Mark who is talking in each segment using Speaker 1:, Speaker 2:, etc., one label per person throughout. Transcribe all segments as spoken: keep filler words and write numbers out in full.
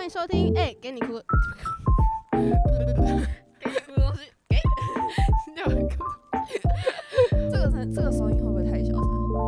Speaker 1: 迎收听，哎、欸，给你哭，给你哭东西，给，你有哭，这个这个收音会不会太小声？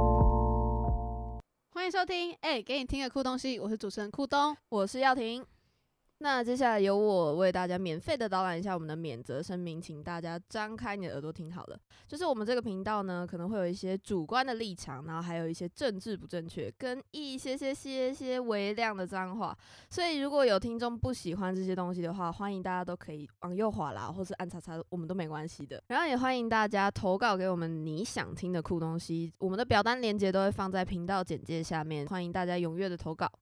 Speaker 1: 欢迎收听，哎、欸，给你听的酷东西，我是主持人酷东，我是耀廷。那接下来由我为大家免费的导览一下我们的免责声明，请大家张开你的耳朵听好了。就是我们这个频道呢，可能会有一些主观的立场，然后还有一些政治不正确，跟一些些些些微量的脏话。所以如果有听众不喜欢这些东西的话，欢迎大家都可以往右滑啦，或是按叉叉，我们都没关系的。然后也欢迎大家投稿给我们你想听的酷东西，我们的表单连结都会放在频道简介下面，欢迎大家踊跃的投稿。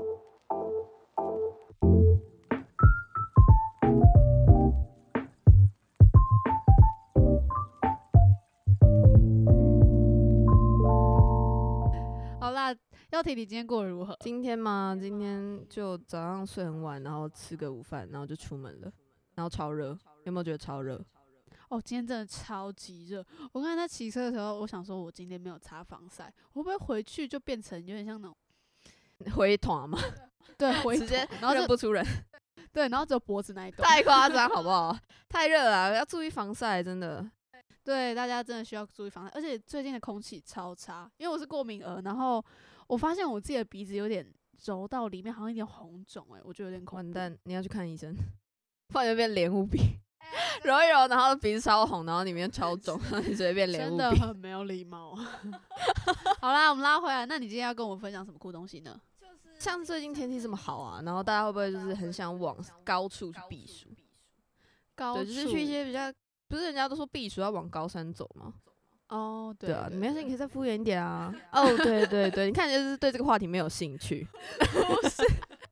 Speaker 1: 好啦，耀廷，你今天过得如何？今天吗？今天就早上睡很晚，然后吃个午饭，然后就出门了，然后超热，有没有觉得超热？
Speaker 2: 哦，今天真的超级热。我刚才在骑车的时候，我想说我今天没有擦防晒，会不会回去就变成有点像那种
Speaker 1: 回团吗？
Speaker 2: 对，回
Speaker 1: 直接
Speaker 2: 然后
Speaker 1: 认不出人。
Speaker 2: 对，然后只有脖子那一段，
Speaker 1: 太夸张好不好？太热了，要注意防晒，真的。
Speaker 2: 对，大家真的需要注意防晒，而且最近的空气超差，因为我是过敏儿，然后我发现我自己的鼻子有点揉到里面，好像有点红肿，哎，我觉得有点恐怖。
Speaker 1: 完蛋，你要去看医生，不然就变莲雾鼻，揉一揉，然后鼻子超红，然后里面超肿，然后你直接变莲雾鼻，
Speaker 2: 真的很没有礼貌。好啦，我们拉回来，那你今天要跟我们分享什么酷东西呢？
Speaker 1: 像最近天气这么好啊，然后大家会不会就是很想往高处去避暑？
Speaker 2: 高处，
Speaker 1: 对，就是去一些比较，不是人家都说避暑要往高山走吗？
Speaker 2: 哦，对，
Speaker 1: 对啊，没关系，你可以再敷衍一点啊。哦，对对对，你看就是对这个话题没有兴趣。不是。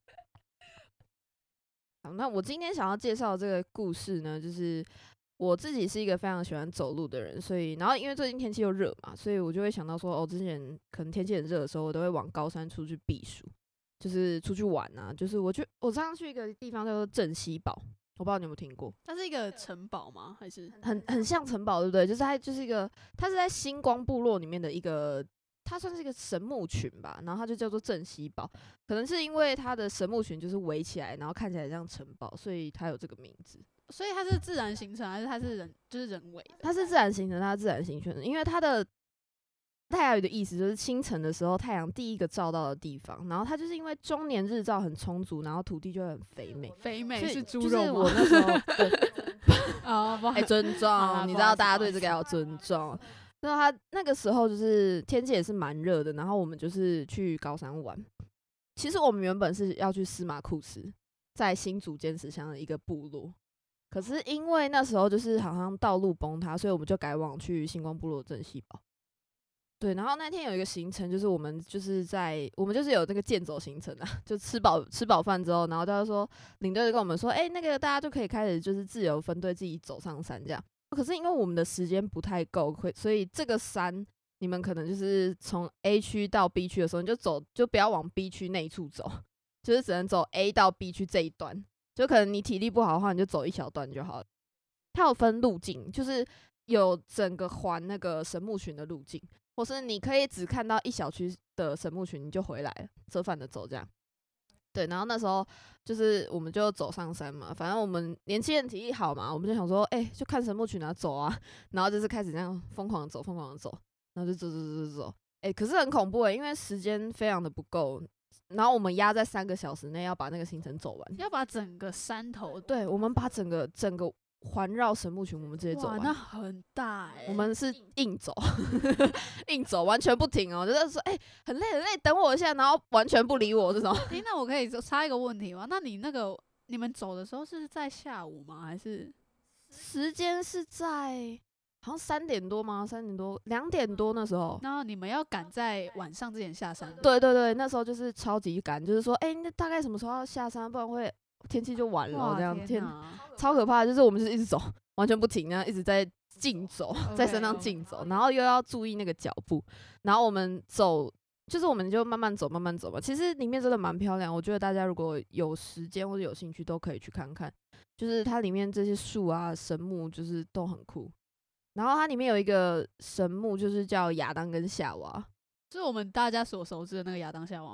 Speaker 1: 好，那我今天想要介绍这个故事呢，就是我自己是一个非常喜欢走路的人，所以然后因为最近天气又热嘛，所以我就会想到说，哦，之前可能天气很热的时候，我都会往高山出去避暑，就是出去玩啊。就是我去，我上次去一个地方叫做镇西堡。我不知道你有没有听过，
Speaker 2: 它是一个城堡吗？还是
Speaker 1: 很很像城堡，对不对？就是它就是一个，它是在星光部落里面的一个，它算是一个神木群吧，然后它就叫做镇西堡。可能是因为它的神木群就是围起来，然后看起来像城堡，所以它有这个名字。
Speaker 2: 所以它是自然形成，还是它是人就是人为的？
Speaker 1: 它是自然形成，它是自然形成的，因为它的太阳雨的意思就是清晨的时候太阳第一个照到的地方，然后它就是因为终年日照很充足，然后土地就会很肥美。
Speaker 2: 肥美是猪
Speaker 1: 就是
Speaker 2: 肉吗？
Speaker 1: 我那时候对
Speaker 2: 哦，不好
Speaker 1: 哎、
Speaker 2: 意思
Speaker 1: 尊重，你知道大家对这个要
Speaker 2: 不好意思
Speaker 1: 尊重。那他那个时候就是天气也是蛮热的，然后我们就是去高山玩。其实我们原本是要去司马库斯，在新竹尖石乡的一个部落，可是因为那时候就是好像道路崩塌，所以我们就改往去星光部落镇西堡。对，然后那天有一个行程，就是我们就是在我们就是有那个健走行程啊，就吃饱吃饱饭之后，然后他就说领队就跟我们说，哎、欸，那个大家就可以开始就是自由分队自己走上山这样。可是因为我们的时间不太够，所以这个山你们可能就是从 A 区到 B 区的时候，你就走就不要往 B 区内处走，就是只能走 A 到 B 区这一段。就可能你体力不好的话，你就走一小段就好了。它有分路径，就是有整个环那个神木群的路径。或是你可以只看到一小区的神木群，你就回来了，折返的走这样。对，然后那时候就是我们就走上山嘛，反正我们年轻人体力好嘛，我们就想说，哎、欸，就看神木群啊走啊，然后就是开始这样疯狂的走，疯狂的走，然后就走走走走走，哎、欸，可是很恐怖哎、欸，因为时间非常的不够，然后我们压在三个小时内要把那个行程走完，
Speaker 2: 要把整个山头，
Speaker 1: 对，我们把整个整个。环绕神木群，我们直接走完，
Speaker 2: 哇，那很大哎、欸！
Speaker 1: 我们是硬走，硬走，完全不停哦，就是说，哎、欸，很累很累，等我一下，然后完全不理我这种。
Speaker 2: 哎、欸，那我可以插一个问题吗？那你那个你们走的时候是在下午吗？还是
Speaker 1: 时间是在好像三点多吗？三点多，两点多那时候。
Speaker 2: 然后你们要赶在晚上之前下山？
Speaker 1: 对对对，那时候就是超级赶，就是说，哎、欸，那大概什么时候要下山，不然会。天气就晚了，这样天超可怕的，就是我们就是一直走，完全不停，然后一直在竞走，
Speaker 2: okay,
Speaker 1: 在山上竞走， okay. 然后又要注意那个脚步，然后我们走，就是我们就慢慢走，慢慢走吧。其实里面真的蛮漂亮，我觉得大家如果有时间或者有兴趣，都可以去看看。就是它里面这些树啊、神木，就是都很酷。然后它里面有一个神木，就是叫亚当跟夏娃，
Speaker 2: 是我们大家所熟知的那个亚当夏娃吗？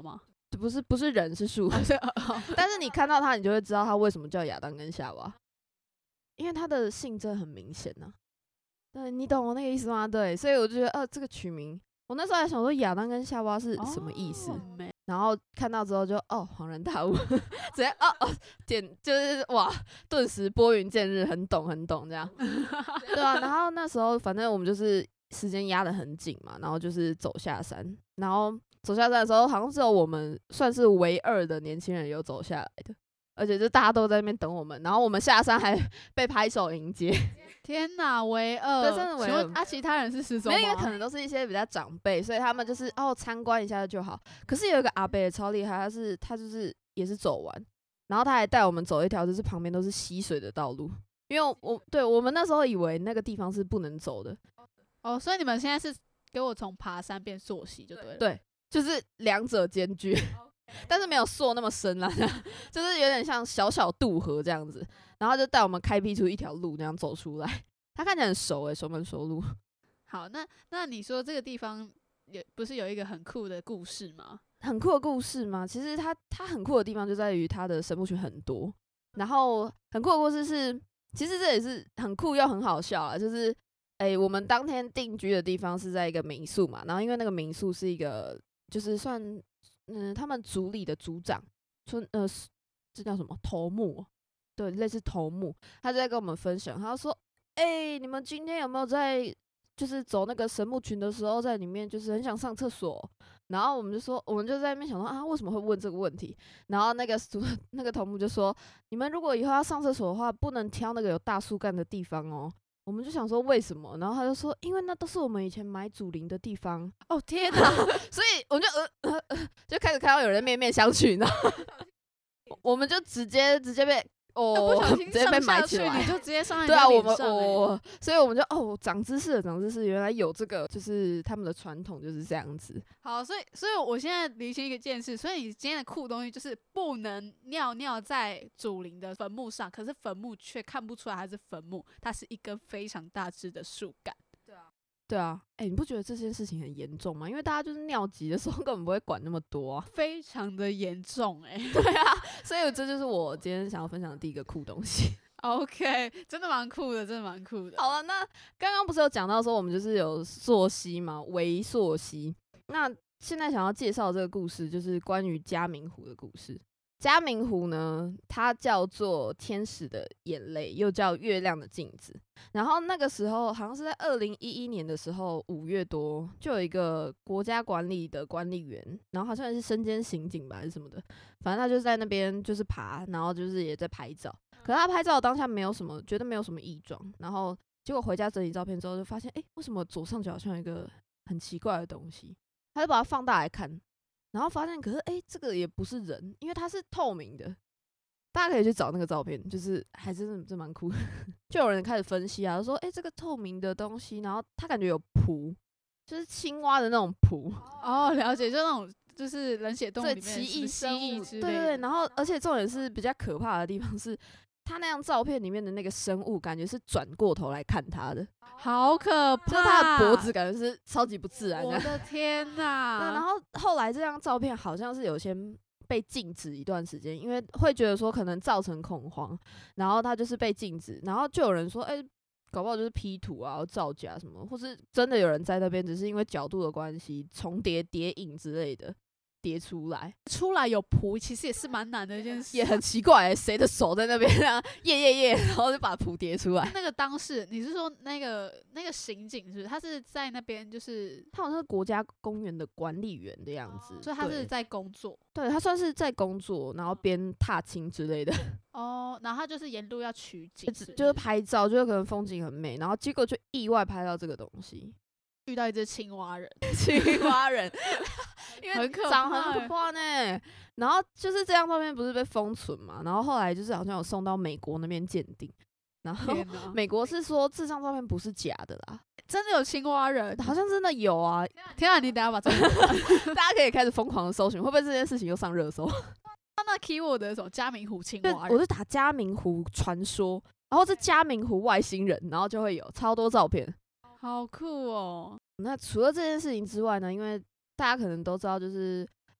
Speaker 1: 不是不是人是树，但是你看到它，你就会知道它为什么叫亚当跟夏娃，因为它的性征很明显呐、啊。对，你懂我那个意思吗？对，所以我就觉得，呃，这个取名，我那时候还想说亚当跟夏娃是什么意思，
Speaker 2: 哦、
Speaker 1: 然后看到之后就哦恍然大悟，直接哦哦点就是哇，顿时拨云见日，很懂很懂这样，对啊。然后那时候反正我们就是时间压得很紧嘛，然后就是走下山，然后走下山的时候，好像只有我们算是唯二的年轻人有走下来的，而且就大家都在那边等我们，然后我们下山还被拍手迎接。
Speaker 2: 天哪，唯二！
Speaker 1: 对，真的唯二。
Speaker 2: 请问啊，其他人是失踪吗？
Speaker 1: 没有，因为可能都是一些比较长辈，所以他们就是哦参观一下就好。可是有一个阿伯超厉害，他是他就是也是走完，然后他还带我们走一条就是旁边都是溪水的道路，因为我对我们那时候以为那个地方是不能走的。
Speaker 2: 哦，所以你们现在是给我从爬山变溯溪就对了。
Speaker 1: 对，就是两者兼具。但是没有溯那么深啦，就是有点像小小渡河这样子，然后就带我们开辟出一条路那样走出来。他看起来很熟诶、欸，熟门熟路。
Speaker 2: 好，那那你说这个地方也不是有一个很酷的故事吗？
Speaker 1: 很酷的故事吗？其实它它很酷的地方就在于它的神木群很多，然后很酷的故事是，其实这也是很酷又很好笑啦，就是诶、欸，我们当天定居的地方是在一个民宿嘛，然后因为那个民宿是一个就是算嗯他们族里的族长村呃这叫什么头目，对，类似头目，他就在跟我们分享，他就说哎、欸，你们今天有没有在就是走那个神木群的时候在里面就是很想上厕所？然后我们就说，我们就在那边想说啊，为什么会问这个问题？然后那个那个头目就说，你们如果以后要上厕所的话，不能挑那个有大树干的地方哦。我们就想说为什么？然后他就说，因为那都是我们以前买祖灵的地方。
Speaker 2: 哦天哪！
Speaker 1: 所以我就呃呃呃就开始看到有人面面相觑，然后我们就直接直接被。哦，
Speaker 2: 不小心
Speaker 1: 直接被埋起来，
Speaker 2: 你就直接上
Speaker 1: 对啊，我们
Speaker 2: 我、
Speaker 1: 哦，所以我们就哦，长知识了，长知识，原来有这个，就是他们的传统就是这样子。
Speaker 2: 好，所以所以我现在理清一个件事，所以你今天的酷东西就是不能尿尿在祖灵的坟墓上，可是坟墓却看不出来它是坟墓，它是一根非常大枝的树干。
Speaker 1: 对啊，对啊，哎、欸，你不觉得这件事情很严重吗？因为大家就是尿急的时候根本不会管那么多啊，
Speaker 2: 非常的严重哎、欸。
Speaker 1: 对啊，所以这就是我今天想要分享的第一个酷东西。
Speaker 2: OK， 真的蛮酷的，真的蛮酷的。
Speaker 1: 好了，那刚刚不是有讲到说我们就是有溯溪嘛，微溯溪。那现在想要介绍这个故事，就是关于嘉明湖的故事。嘉明湖呢，它叫做天使的眼泪，又叫月亮的镜子。然后那个时候好像是在二零一一年的时候，五月多就有一个国家管理的管理员，然后好像是身兼刑警吧还是什么的，反正他就在那边就是爬，然后就是也在拍照。可是他拍照的当下没有什么，觉得没有什么异状，然后结果回家整理照片之后就发现，哎、欸，为什么左上角好像有一个很奇怪的东西？他就把它放大来看。然后发现，可是哎、欸，这个也不是人，因为它是透明的。大家可以去找那个照片，就是还真的真蛮酷的。就有人开始分析啊，就说哎、欸，这个透明的东西，然后它感觉有蹼，就是青蛙的那种蹼。
Speaker 2: 哦，了解，就那种就是冷血动物里面
Speaker 1: 奇异
Speaker 2: 蜥蜴之类的。
Speaker 1: 对对对，然后而且重点是比较可怕的地方是，他那张照片里面的那个生物，感觉是转过头来看他的。
Speaker 2: 好可怕！
Speaker 1: 就是他的脖子感觉是超级不自然的。
Speaker 2: 我的天哪！
Speaker 1: 然后后来这张照片好像是有些被禁止一段时间，因为会觉得说可能造成恐慌，然后他就是被禁止。然后就有人说，哎、欸，搞不好就是 P 图啊、造假什么，或是真的有人在那边，只是因为角度的关系重叠、叠影之类的。叠出来，
Speaker 2: 出来有蹼，其实也是蛮难的一件事，
Speaker 1: 也很奇怪、欸，谁的手在那边啊，耶耶耶，然后就把蹼叠出来。
Speaker 2: 那个当事，你是说那个那个刑警是不是？他是在那边，就是
Speaker 1: 他好像是国家公园的管理员的样子，
Speaker 2: 哦、所以他是在工作。
Speaker 1: 对，他算是在工作，然后边踏青之类的。
Speaker 2: 哦，然后他就是沿路要取景是不是，
Speaker 1: 就是拍照，就是可能风景很美，然后结果就意外拍到这个东西。
Speaker 2: 遇到一只青蛙人，
Speaker 1: 青蛙人，因为长
Speaker 2: 很
Speaker 1: 很可怕呢。然后就是这张照片不是被封存嘛，然后后来就是好像有送到美国那边鉴定，然后美国是说这张照片不是假的啦，
Speaker 2: 真的有青蛙人，
Speaker 1: 好像真的有啊。
Speaker 2: 天啊，你等一下把这个，
Speaker 1: 大家可以开始疯狂的搜寻，会不会这件事情又上热搜？
Speaker 2: 那 keyword 的什么嘉明湖青蛙人，
Speaker 1: 我就打嘉明湖传说，然后这嘉明湖外星人，然后就会有超多照片。
Speaker 2: 好酷哦！
Speaker 1: 那除了这件事情之外呢，因为大家可能都知道，就是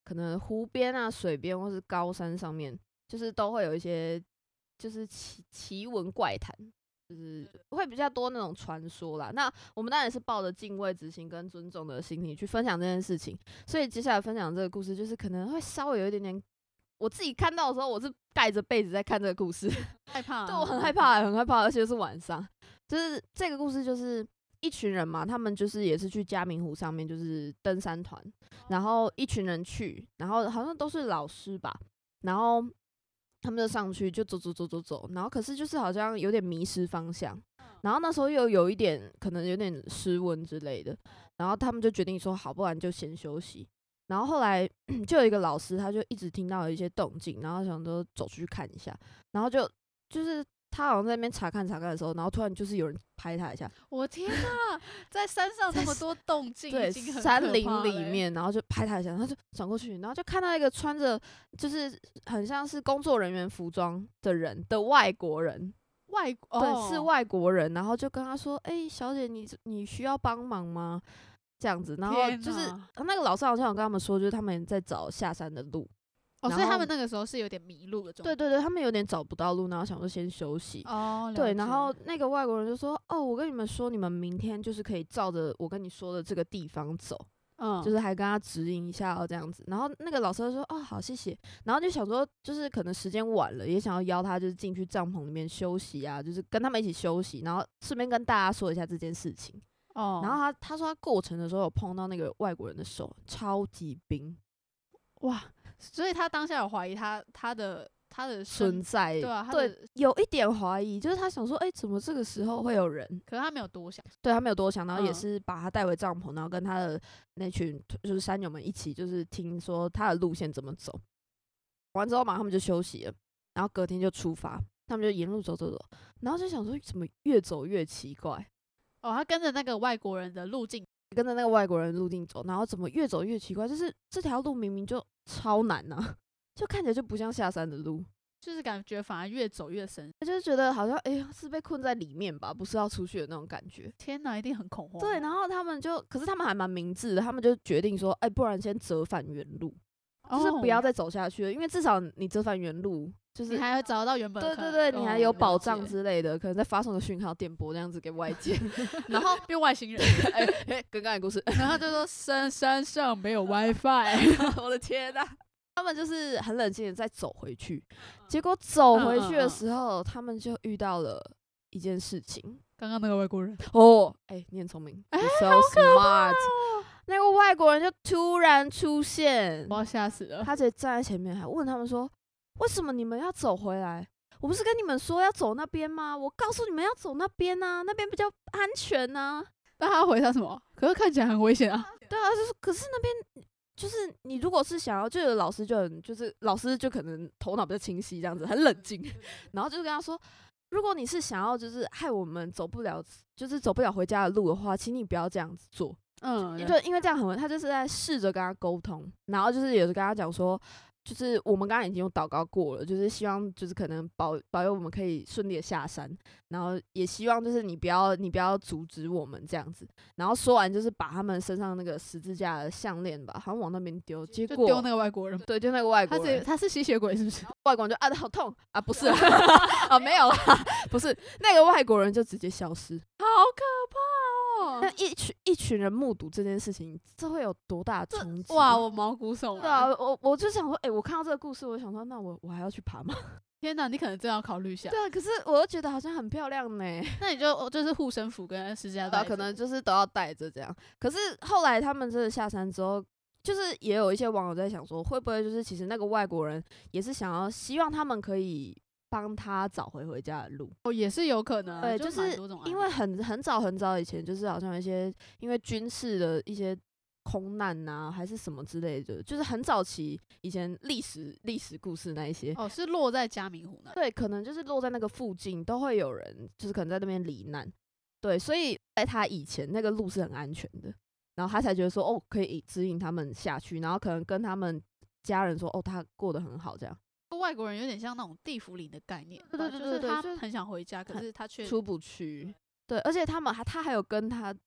Speaker 1: 可能湖边啊、水边或是高山上面，就是都会有一些就是奇奇闻怪谈。就是会比较多那种传说啦，那我们当然是抱着敬畏之心跟尊重的心理去分享这件事情，所以接下来分享这个故事，就是可能会稍微有一点点，我自己看到的时候，我是盖着被子在看这个故事，
Speaker 2: 害怕、啊，
Speaker 1: 对我很害怕、欸，很害怕，而且是晚上，就是这个故事就是一群人嘛，他们就是也是去嘉明湖上面就是登山团，然后一群人去，然后好像都是老师吧，然后。他们就上去就走走走走走，然后可是就是好像有点迷失方向，然后那时候又有一点可能有点失温之类的，然后他们就决定说好，不然就先休息。然后后来就有一个老师，他就一直听到有一些动静，然后想说走出去看一下，然后就就是他好像在那边查看查看的时候，然后突然就是有人拍他一下，
Speaker 2: 我天哪，在山上这么多动静，
Speaker 1: 对，
Speaker 2: 已经很
Speaker 1: 山林
Speaker 2: 可怕了欸，
Speaker 1: 里面，然后就拍他一下，然后就转过去，然后就看到一个穿着就是很像是工作人员服装的人的外国人，
Speaker 2: 外哦
Speaker 1: 对，是外国人，然后就跟他说：“哎、欸，小姐，你你需要帮忙吗？”这样子，然后就是那个老师好像有跟他们说，就是他们在找下山的路。
Speaker 2: 哦，所以他们那个时候是有点迷路的状态。
Speaker 1: 对对对，他们有点找不到路，然后想说先休息。
Speaker 2: 哦，
Speaker 1: 对，然后那个外国人就说：“哦，我跟你们说，你们明天就是可以照着我跟你说的这个地方走。”嗯，就是还跟他指引一下哦，这样子。然后那个老师就说：“哦，好，谢谢。”然后就想说，就是可能时间晚了，也想要邀他就是进去帐篷里面休息啊，就是跟他们一起休息，然后顺便跟大家说一下这件事情。哦，然后他他说他过程的时候有碰到那个外国人的手超级冰，
Speaker 2: 哇！所以他当下有怀疑他他的他的
Speaker 1: 存在，
Speaker 2: 对啊，
Speaker 1: 对，有一点怀疑，就是他想说，哎、欸，怎么这个时候会有人？
Speaker 2: 可是他没有多想，
Speaker 1: 对他没有多想，然后也是把他带回帐篷，然后跟他的那群就是山友们一起，就是听说他的路线怎么走。完之后嘛，他们就休息了，然后隔天就出发，他们就沿路走走走，然后就想说，怎么越走越奇怪？
Speaker 2: 哦，他跟着那个外国人的路径。
Speaker 1: 跟着那个外国人路径走，然后怎么越走越奇怪？就是这条路明明就超难呐、啊，就看起来就不像下山的路，
Speaker 2: 就是感觉反而越走越深，
Speaker 1: 就是觉得好像哎呀、欸、是被困在里面吧，不是要出去的那种感觉。
Speaker 2: 天哪，一定很恐慌。
Speaker 1: 对，然后他们就，可是他们还蛮明智的，他们就决定说，哎、欸，不然先折返原路，就是不要再走下去了，因为至少你折返原路。就是
Speaker 2: 你还会找到原本的，
Speaker 1: 对对对，你还有保障之类的，可能再发送个讯号电波这样子给外界，然后
Speaker 2: 变外星人，
Speaker 1: 哎哎，跟刚才故事，
Speaker 2: 然后就说山山上没有 WiFi，
Speaker 1: 我的天哪！他们就是很冷静的再走回去，结果走回去的时候，嗯嗯嗯他们就遇到了一件事情。
Speaker 2: 刚刚那个外国人
Speaker 1: 哦，哎、欸，你很聪明，
Speaker 2: 哎、欸，
Speaker 1: so
Speaker 2: 好可怕、
Speaker 1: smart。那个外国人就突然出现，
Speaker 2: 我要吓死了。
Speaker 1: 他直接站在前面，还问他们说。为什么你们要走回来？我不是跟你们说要走那边吗？我告诉你们要走那边啊，那边比较安全啊。
Speaker 2: 但他回他什么？可是看起来很危险啊。
Speaker 1: 对啊，就是可是那边就是你如果是想要，就有老师就很就是老师就可能头脑比较清晰，这样子很冷静，然后就跟他说，如果你是想要就是害我们走不了，就是走不了回家的路的话，请你不要这样子做。嗯，就因为这样很，他就是在试着跟他沟通，然后就是也是跟他讲说。就是我们刚刚已经有祷告过了，就是希望就是可能保保佑我们可以顺利的下山，然后也希望就是你不要你不要阻止我们这样子。然后说完就是把他们身上那个十字架的项链吧，好像往那边丢，结果
Speaker 2: 丢那个外国人，
Speaker 1: 对，就那个外国人，
Speaker 2: 他是他是吸血鬼是不是？
Speaker 1: 外国人就啊好痛啊，不是啊没有啦，不是那个外国人就直接消失，
Speaker 2: 好可怕。
Speaker 1: 那一群一群人目睹这件事情，这会有多大的冲击？
Speaker 2: 哇，我毛骨悚然。
Speaker 1: 对啊，我我就想说，哎、欸，我看到这个故事，我想说，那我我还要去爬吗？
Speaker 2: 天哪，你可能真要考虑一下。
Speaker 1: 对啊，可是我又觉得好像很漂亮呢。
Speaker 2: 那你就就是护身符跟十字架带，
Speaker 1: 可能就是都要带着这样。可是后来他们真的下山之后，就是也有一些网友在想说，会不会就是其实那个外国人也是想要希望他们可以。帮他找回回家的路
Speaker 2: 哦，也是有可能。
Speaker 1: 对，就是因为很很早很早以前，就是好像有一些因为军事的一些空难呐、啊，还是什么之类的，就是很早期以前历史历史故事那一些。
Speaker 2: 哦，是落在嘉明湖那。
Speaker 1: 对，可能就是落在那个附近，都会有人就是可能在那边罹难。对，所以在他以前那个路是很安全的，然后他才觉得说哦，可以指引他们下去，然后可能跟他们家人说哦，他过得很好这样。
Speaker 2: 外国人有点像那种地府灵的概念，
Speaker 1: 对对对对对，
Speaker 2: 就是他很想回家，可是他却
Speaker 1: 出不去。对，而且他们还他还有跟他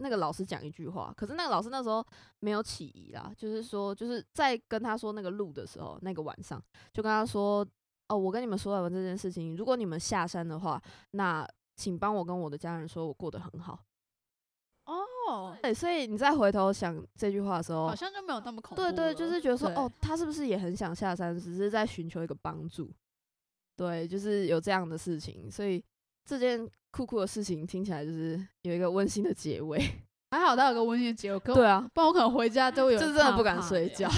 Speaker 1: 那个老师讲一句话，可是那个老师那时候没有起疑啦，就是说就是在跟他说那个路的时候，那个晚上就跟他说，哦，我跟你们说完这件事情，如果你们下山的话，那请帮我跟我的家人说我过得很好。
Speaker 2: 哦，
Speaker 1: 对，所以你再回头想这句话的时候，
Speaker 2: 好像就没有那么恐怖了。
Speaker 1: 对对，就是觉得说，
Speaker 2: 对
Speaker 1: 哦，他是不是也很想下山，只是在寻求一个帮助？对，就是有这样的事情，所以这件酷酷的事情听起来就是有一个温馨的结尾。
Speaker 2: 还好他有个温馨的结尾，可
Speaker 1: 对啊，
Speaker 2: 不然我可能回家都有
Speaker 1: 就真的不敢睡觉。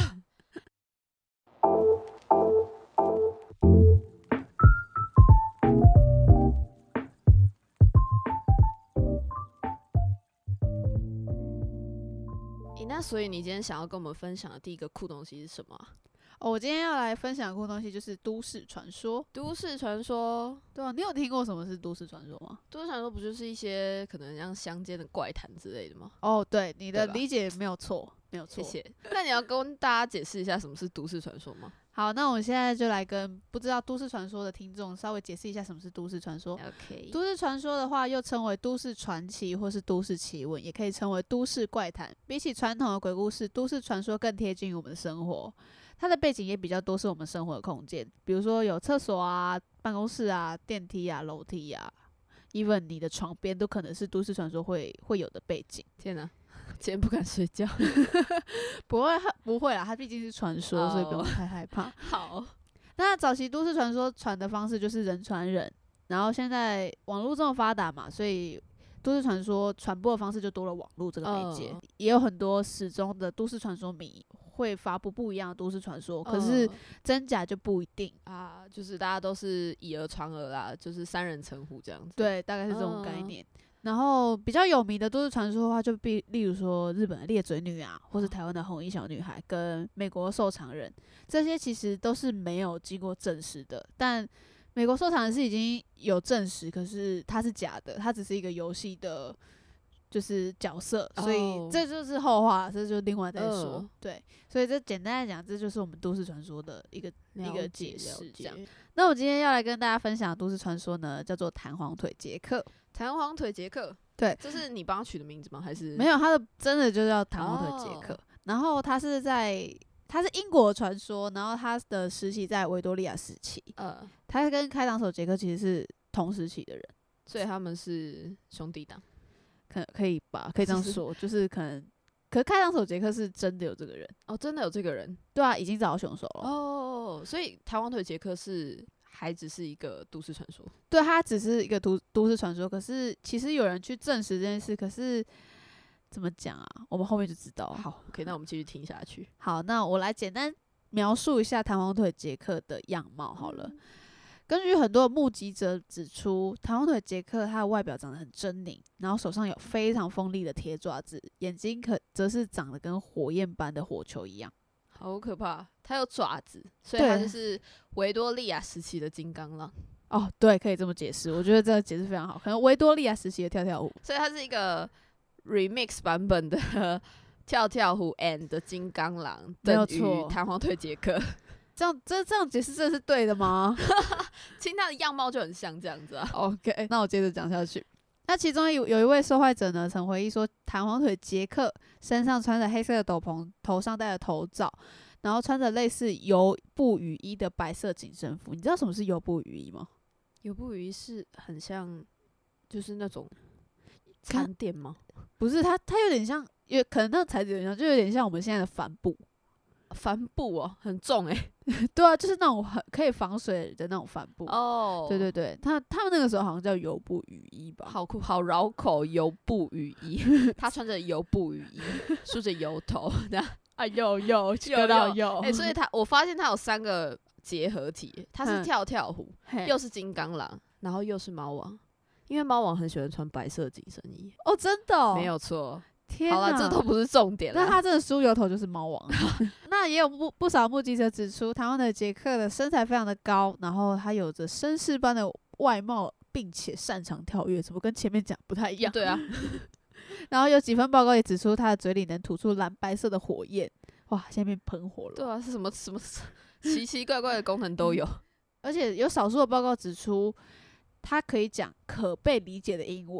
Speaker 1: 欸，那所以你今天想要跟我们分享的第一个酷东西是什么啊？
Speaker 2: 哦，我今天要来分享的酷东西就是都市传说。
Speaker 1: 都市传说，
Speaker 2: 对啊，你有听过什么是都市传说吗？
Speaker 1: 都市传说不就是一些可能像乡间的怪谈之类的吗？
Speaker 2: 哦，对，你的
Speaker 1: 对吧
Speaker 2: 理解没有错，没有错。
Speaker 1: 谢谢。那你要跟大家解释一下什么是都市传说吗
Speaker 2: 好，那我现在就来跟不知道都市传说的听众稍微解释一下什么是都市传说。
Speaker 1: ？OK，
Speaker 2: 都市传说的话，又称为都市传奇或是都市奇闻，也可以称为都市怪谈。比起传统的鬼故事，都市传说更贴近于我们的生活。它的背景也比较多是我们生活的空间，比如说有厕所啊、办公室啊、电梯啊、楼梯啊 ，even 你的床边都可能是都市传说会会有的背景。
Speaker 1: 天哪，今天不敢睡觉。
Speaker 2: 不会，不会啦，它毕竟是传说，
Speaker 1: Oh.
Speaker 2: 所以不用太害怕。
Speaker 1: 好，
Speaker 2: 那早期都市传说传的方式就是人传人，然后现在网络这么发达嘛，所以都市传说传播的方式就多了网络这个媒介，
Speaker 1: Oh.
Speaker 2: 也有很多始终的都市传说迷会发布不一样的都市传说，可是真假就不一定
Speaker 1: 啊，就是大家都是以讹传讹啦，就是三人成虎这样子。
Speaker 2: 对，大概是这种概念。然后比较有名的都市传说的话，就比例如说日本的裂嘴女啊，或是台湾的红衣小女孩，跟美国受偿人，这些其实都是没有经过证实的。但美国受偿人是已经有证实，可是它是假的，它只是一个游戏的，就是角色，所以这就是后话，这就另外再说。
Speaker 1: 嗯、
Speaker 2: 对，所以这简单来讲，这就是我们都市传说的一个一个解释。这样，那我今天要来跟大家分享的都市传说呢，叫做弹簧腿杰克。
Speaker 1: 弹簧腿杰克，
Speaker 2: 对，
Speaker 1: 这是你帮他取的名字吗？还是
Speaker 2: 没有？他的真的就叫弹簧腿杰克。哦、然后他是在，他是英国的传说，然后他的时期在维多利亚时期。呃，他跟开膛手杰克其实是同时期的人，
Speaker 1: 所以他们是兄弟档，
Speaker 2: 可可以吧？可以这样说，就是可能，可是开膛手杰克是真的有这个人
Speaker 1: 哦，真的有这个人，
Speaker 2: 对啊，已经找到凶手了
Speaker 1: 哦，所以弹簧腿杰克是。还只是一个都市传说，
Speaker 2: 对，它只是一个都都市传说。可是其实有人去证实这件事，可是怎么讲啊？我们后面就知道。
Speaker 1: 好 ，OK， 那我们继续听下去。
Speaker 2: 好，那我来简单描述一下弹簧腿杰克的样貌好了。嗯、根据很多目击者指出，弹簧腿杰克他的外表长得很狰狞，然后手上有非常锋利的铁爪子，眼睛可则是长得跟火焰般的火球一样。
Speaker 1: 好可怕！它有爪子，所以它就是维多利亚时期的金刚狼。
Speaker 2: 哦，对，可以这么解释。我觉得这个解释非常好。可能维多利亚时期的跳跳虎，
Speaker 1: 所以它是一个 remix 版本的跳跳虎 and 金刚狼，等于弹簧腿杰克。
Speaker 2: 这样这这样解释真的是对的吗？
Speaker 1: 其实它的样貌就很像这样子啊。
Speaker 2: OK， 那我接着讲下去。那其中有有一位受害者呢，曾回忆说，弹簧腿杰克身上穿着黑色的斗篷，头上戴着头罩，然后穿着类似游步雨衣的白色紧身服。你知道什么是游步雨衣吗？
Speaker 1: 游步雨衣是很像，就是那种餐垫吗？
Speaker 2: 不是，它它有点像，因为可能那个材质有点像，就有点像我们现在的帆布。
Speaker 1: 帆布哦，很重哎、
Speaker 2: 欸。对啊，就是那种很可以防水的那种帆布。
Speaker 1: 哦，
Speaker 2: 对对对，他他们那个时候好像叫游步雨衣吧。
Speaker 1: 好酷，好绕口，游步雨衣。他穿着游步雨衣，梳着油头，
Speaker 2: 啊有有
Speaker 1: 有
Speaker 2: 到有。
Speaker 1: 哎、欸，所以他我发现他有三个结合体，他是跳跳虎，嗯、又是金刚狼，然后又是猫王。因为猫王很喜欢穿白色紧身衣。
Speaker 2: 哦，真的、哦？
Speaker 1: 没有错。
Speaker 2: 天
Speaker 1: 好了，这都不是重点了。
Speaker 2: 那他真的梳油头就是猫王。那也有不不少目击者指出，弹簧腿杰克的身材非常的高，然后他有着绅士般的外貌，并且擅长跳跃，怎么跟前面讲不太一样？
Speaker 1: 对啊。
Speaker 2: 然后有几份报告也指出，他的嘴里能吐出蓝白色的火焰，哇，现在变喷火了。
Speaker 1: 对啊，是什么什么奇奇怪怪的功能都有。
Speaker 2: 而且有少数的报告指出，他可以讲可被理解的英文。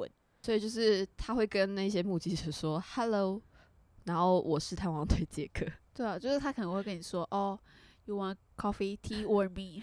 Speaker 1: 所以就是他会跟那些目击者说 “hello”， 然后我是弹簧腿杰克。
Speaker 2: 对啊，就是他可能会跟你说，哦 ，You want coffee, tea, or me？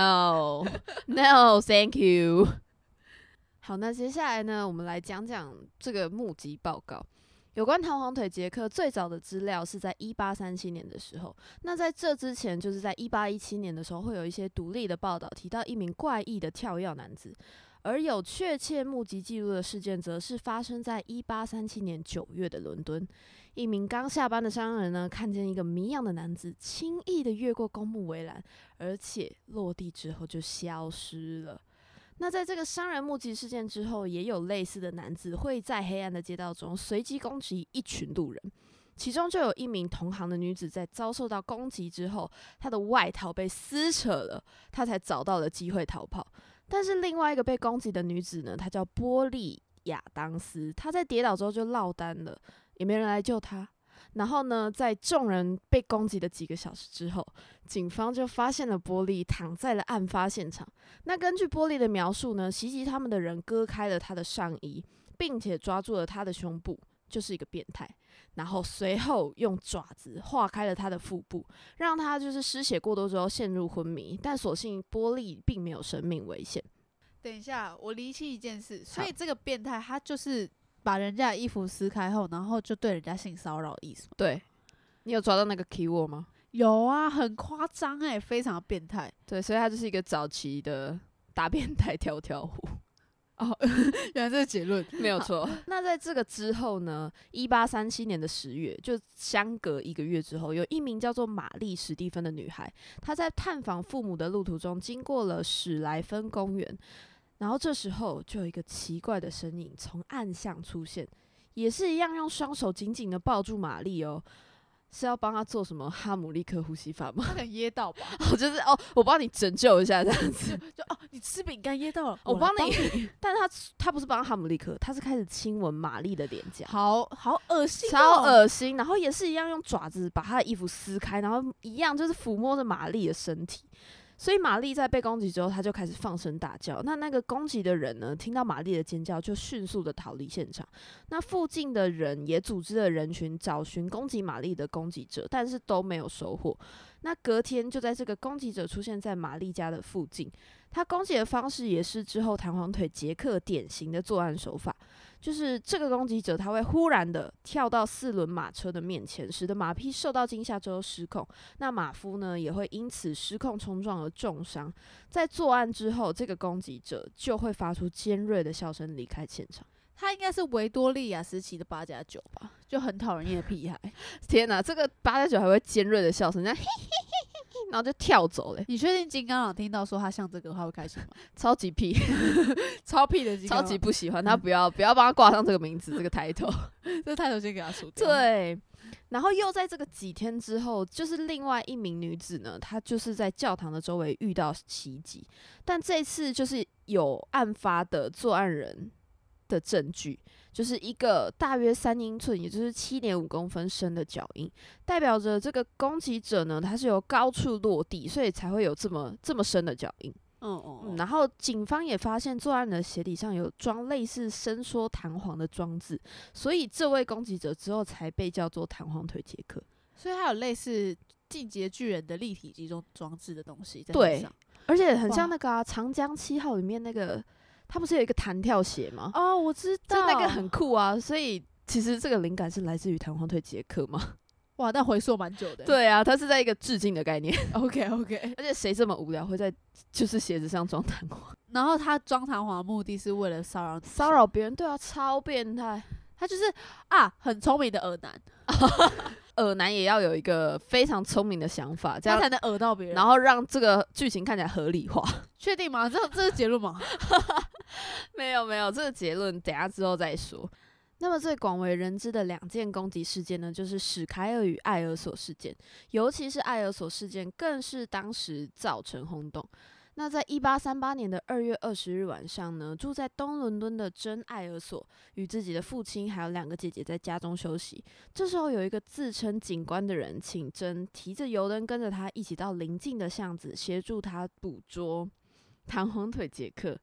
Speaker 1: No, no, thank you。好，那接下来呢，我们来讲讲这个目击报告。有关弹簧腿杰克最早的资料是在一八三七年的时候，那在这之前，就是在一八一七年的时候，会有一些独立的报道提到一名怪异的跳跃男子，而有确切目击记录的事件，则是发生在一八三七年九月的伦敦。一名刚下班的商人呢，看见一个谜样的男子轻易的越过公墓围栏，而且落地之后就消失了。那在这个商人目击事件之后，也有类似的男子会在黑暗的街道中随机攻击一群路人，其中就有一名同行的女子在遭受到攻击之后，她的外套被撕扯了，她才找到了机会逃跑。但是另外一个被攻击的女子呢，她叫波利亚当斯，她在跌倒之后就落单了，也没人来救她。然后呢，在众人被攻击的几个小时之后，警方就发现了波利躺在了案发现场。那根据波利的描述呢，袭击他们的人割开了他的上衣，并且抓住了他的胸部，就是一个变态。然后随后用爪子划开了他的腹部，让他就是失血过多之后陷入昏迷。但所幸波利并没有生命危险。
Speaker 2: 等一下，我厘清一件事，所以这个变态他就是把人家的衣服撕开后，然后就对人家性骚扰的意思吗？
Speaker 1: 对，你有抓到那个 keyword 吗？
Speaker 2: 有啊，很夸张哎，非常变态。
Speaker 1: 对，所以他就是一个早期的大变态跳跳虎。
Speaker 2: 哦，原来这个结论
Speaker 1: 没有错。那在这个之后呢，一八三七年的十月，就相隔一个月之后，有一名叫做玛丽史蒂芬的女孩，她在探访父母的路途中，经过了史莱芬公园。然后这时候就有一个奇怪的身影从暗巷出现，也是一样用双手紧紧的抱住玛丽哦，是要帮她做什么哈姆立克呼吸法吗？
Speaker 2: 他可能噎到吧？
Speaker 1: 哦，就是哦，我帮你拯救一下这样子，
Speaker 2: 就哦，你吃饼干噎到了，
Speaker 1: 我帮你。
Speaker 2: 你
Speaker 1: 但是他他不是帮哈姆立克，他是开始亲吻玛丽的脸颊，
Speaker 2: 好好恶心、哦，
Speaker 1: 超恶心。然后也是一样用爪子把她的衣服撕开，然后一样就是抚摸着玛丽的身体。所以玛丽在被攻击之后，她就开始放声大叫。那那个攻击的人呢，听到玛丽的尖叫，就迅速的逃离现场。那附近的人也组织了人群找寻攻击玛丽的攻击者，但是都没有收获。那隔天就在这个攻击者出现在玛丽家的附近，他攻击的方式也是之后弹簧腿杰克典型的作案手法。就是这个攻击者他会忽然的跳到四轮马车的面前，使得马匹受到惊吓之后失控，那马夫呢也会因此失控冲撞而重伤。在作案之后，这个攻击者就会发出尖锐的笑声离开现场。
Speaker 2: 他应该是维多利亚时期的八加九吧，就很讨人厌的屁孩。
Speaker 1: 天哪，这个八加九还会尖锐的笑声，这样嘿嘿嘿嘿嘿，然后就跳走了。
Speaker 2: 你确定金刚狼听到说他像这个，他会开心吗？
Speaker 1: 超级屁，
Speaker 2: 超屁的金刚狼，
Speaker 1: 超级不喜欢他，不要不要帮他挂上这个名字，这个抬头，
Speaker 2: 这抬头先给他除掉。
Speaker 1: 对。然后又在这个几天之后，就是另外一名女子呢，她就是在教堂的周围遇到袭击，但这次就是有案发的作案人的证据，就是一个大约三英寸，也就是七点五公分深的脚印，代表着这个攻击者呢，他是由高处落地，所以才会有这么这么深的脚印。
Speaker 2: 嗯嗯
Speaker 1: 嗯，然后警方也发现作案人的鞋底上有装类似伸缩弹簧的装置，所以这位攻击者之后才被叫做弹簧腿杰克。
Speaker 2: 所以他有类似进阶巨人的立体集中装置的东西在
Speaker 1: 对
Speaker 2: 身上，
Speaker 1: 而且很像那个、啊《长江七号》里面那个，他不是有一个弹跳鞋吗？
Speaker 2: 哦，我知道，
Speaker 1: 就那个很酷啊。所以其实这个灵感是来自于弹簧腿杰克吗？
Speaker 2: 哇，但回溯蛮久的。
Speaker 1: 对啊，它是在一个致敬的概念。
Speaker 2: OK OK，
Speaker 1: 而且谁这么无聊会在就是鞋子上装弹簧？
Speaker 2: 然后他装弹簧的目的是为了骚扰
Speaker 1: 骚扰别人？对啊，超变态。
Speaker 2: 他就是啊，很聪明的耳男。
Speaker 1: 耳男也要有一个非常聪明的想法，这样
Speaker 2: 他才能耳到别人，
Speaker 1: 然后让这个剧情看起来合理化。
Speaker 2: 确定吗？这这是结论吗？
Speaker 1: 没有没有，这个结论等一下之后再说。那么最广为人知的两件攻击事件呢，就是史凯尔与艾尔索事件，尤其是艾尔索事件更是当时造成轰动。那在一八三八年的二月二十日晚上呢，住在东伦敦的珍·艾尔索与自己的父亲还有两个姐姐在家中休息。这时候有一个自称警官的人，请珍提着油灯跟着他一起到邻近的巷子，协助他捕捉弹簧腿杰克。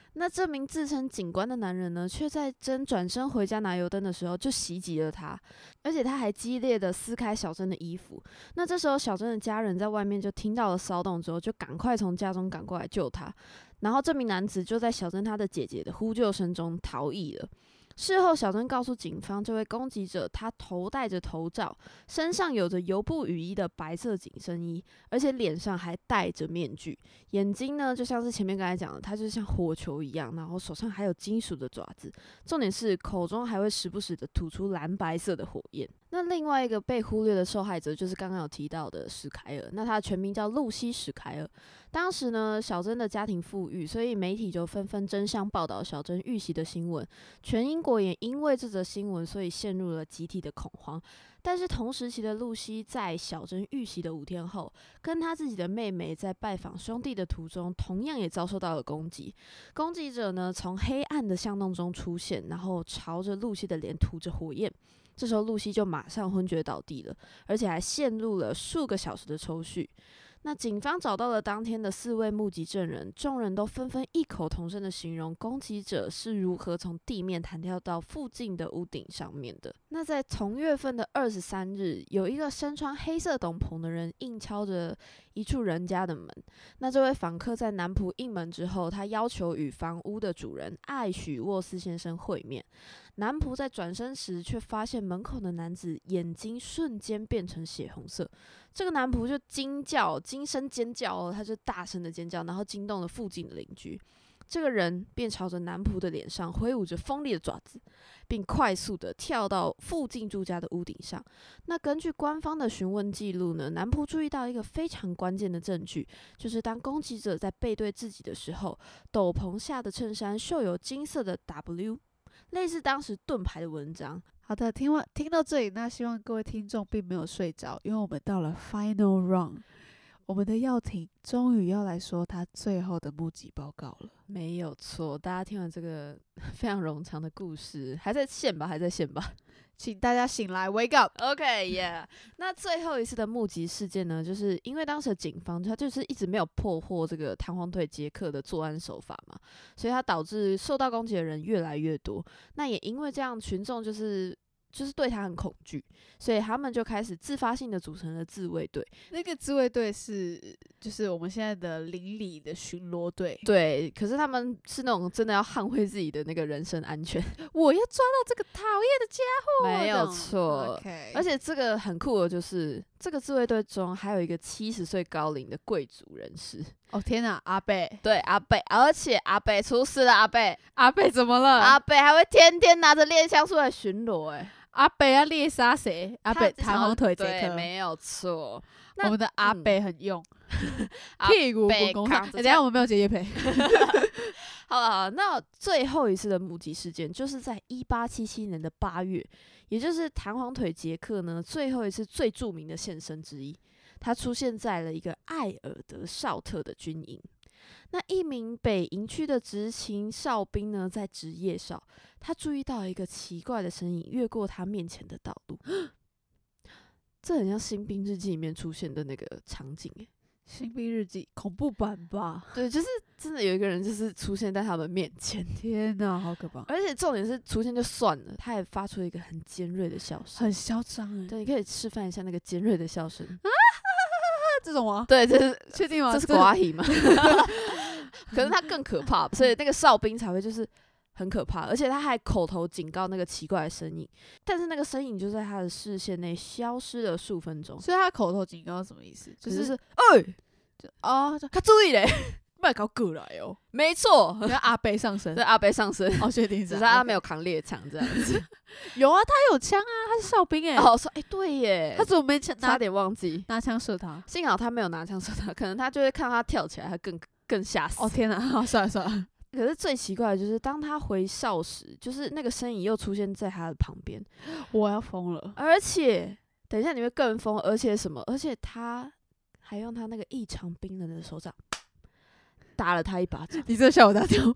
Speaker 1: 那这名自称警官的男人呢，却在真转身回家拿油灯的时候就袭击了他，而且他还激烈的撕开小珍的衣服。那这时候小珍的家人在外面就听到了骚动之后，就赶快从家中赶过来救他。然后这名男子就在小珍他的姐姐的呼救声中逃逸了。事后，小珍告诉警方，这位攻击者他头戴着头罩，身上有着油布雨衣的白色紧身衣，而且脸上还戴着面具，眼睛呢就像是前面刚才讲的，他就像火球一样，然后手上还有金属的爪子，重点是口中还会时不时的吐出蓝白色的火焰。那另外一个被忽略的受害者就是刚刚有提到的史凯尔，那他的全名叫露西·史凯尔。当时呢，小珍的家庭富裕，所以媒体就纷纷争相报道小珍遇袭的新闻。全英国也因为这则新闻，所以陷入了集体的恐慌。但是同时期的露西在小珍遇袭的五天后，跟她自己的妹妹在拜访兄弟的途中，同样也遭受到了攻击。攻击者呢，从黑暗的巷弄中出现，然后朝着露西的脸吐着火焰。这时候露西就马上昏厥倒地了，而且还陷入了数个小时的抽搐。那警方找到了当天的四位目击证人，众人都纷纷异口同声的形容攻击者是如何从地面弹跳到附近的屋顶上面的。那在同月份的二十三日，有一个身穿黑色斗篷的人硬敲着一处人家的门。那这位访客在男仆应门之后，他要求与房屋的主人艾许沃斯先生会面。男仆在转身时，却发现门口的男子眼睛瞬间变成血红色。这个男仆就惊叫，惊声尖叫哦，他就大声的尖叫，然后惊动了附近的邻居。这个人便朝着男仆的脸上挥舞着锋利的爪子，并快速的跳到附近住家的屋顶上。那根据官方的询问记录呢，男仆注意到一个非常关键的证据，就是当攻击者在背对自己的时候，斗篷下的衬衫绣有金色的 W， 类似当时盾牌的文章。
Speaker 2: 好的，听完听到这里，那希望各位听众并没有睡着，因为我们到了 final round， 我们的耀廷终于要来说他最后的目击报告了。
Speaker 1: 没有错，大家听完这个非常冗长的故事，还在线吧？还在线吧？
Speaker 2: 请大家醒来 ，wake up。OK，
Speaker 1: yeah。那最后一次的目击事件呢，就是因为当时的警方他就是一直没有破获这个弹簧腿杰克的作案手法嘛，所以它导致受到攻击的人越来越多。那也因为这样，群众就是就是对他很恐惧，所以他们就开始自发性的组成了自卫队。
Speaker 2: 那个自卫队是就是我们现在的邻里的巡逻队。
Speaker 1: 对，可是他们是那种真的要捍卫自己的那个人身安全。
Speaker 2: 我要抓到这个讨厌的家伙，
Speaker 1: 没有错。
Speaker 2: Okay.
Speaker 1: 而且这个很酷的就是，这个自卫队中还有一个七十岁高龄的贵族人士。
Speaker 2: 哦天哪，阿伯！
Speaker 1: 对，阿伯，而且阿伯出事了，阿伯，
Speaker 2: 阿伯怎么了？
Speaker 1: 阿伯还会天天拿着猎枪出来巡逻，哎，
Speaker 2: 阿伯要猎杀谁？阿伯弹簧腿杰克，
Speaker 1: 没有错。
Speaker 2: 我们的阿伯很用，嗯、屁股不公上。等一下我们没有接业配。
Speaker 1: 好了，好，那最后一次的目击事件就是在一八七七年的八月，也就是弹簧腿杰克呢最后一次最著名的现身之一。他出现在了一个艾尔德绍特的军营。那一名北营区的执勤哨兵呢，在值夜哨，他注意到一个奇怪的身影越过他面前的道路。这很像《新兵日记》里面出现的那个场景，哎，《
Speaker 2: 新兵日记》恐怖版吧？
Speaker 1: 对，就是真的有一个人就是出现在他们面前。
Speaker 2: 天哪，好可怕！
Speaker 1: 而且重点是出现就算了，他还发出一个很尖锐的笑声，
Speaker 2: 很嚣张哎。
Speaker 1: 对，你可以示范一下那个尖锐的笑声。
Speaker 2: 这种吗？
Speaker 1: 对，这是
Speaker 2: 确定吗？
Speaker 1: 这是寡喜吗？可是他更可怕，所以那个哨兵才会就是很可怕，而且他还口头警告那个奇怪的身影，但是那个身影就在他的视线内消失了数分钟。
Speaker 2: 所以他口头警告是什么意思？
Speaker 1: 就是是哎、欸，
Speaker 2: 哦，
Speaker 1: 他注意嘞，
Speaker 2: 卖搞过来哦。
Speaker 1: 没错，
Speaker 2: 跟阿伯上身，
Speaker 1: 对阿伯上身，
Speaker 2: 哦，确定
Speaker 1: 只是他没有扛猎枪这样子。
Speaker 2: 有啊，他有枪啊，他是哨兵哎、欸。
Speaker 1: 哦，说哎、欸、对耶，
Speaker 2: 他怎么没枪？
Speaker 1: 差点忘记
Speaker 2: 拿枪射他。
Speaker 1: 幸好他没有拿枪射他，可能他就会看到他跳起来，他更更吓死。
Speaker 2: 哦天哪，好算了算了。
Speaker 1: 可是最奇怪的就是，当他回哨时，就是那个身影又出现在他的旁边。
Speaker 2: 我要疯了！
Speaker 1: 而且等一下你会更疯，而且什么？而且他还用他那个异常冰冷的手掌打了他一巴掌。
Speaker 2: 你这吓我大跳！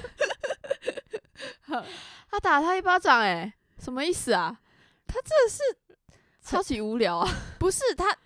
Speaker 1: 他打了他一巴掌、欸，哎，什么意思啊？
Speaker 2: 他真的是
Speaker 1: 超级无聊啊！
Speaker 2: 不是他，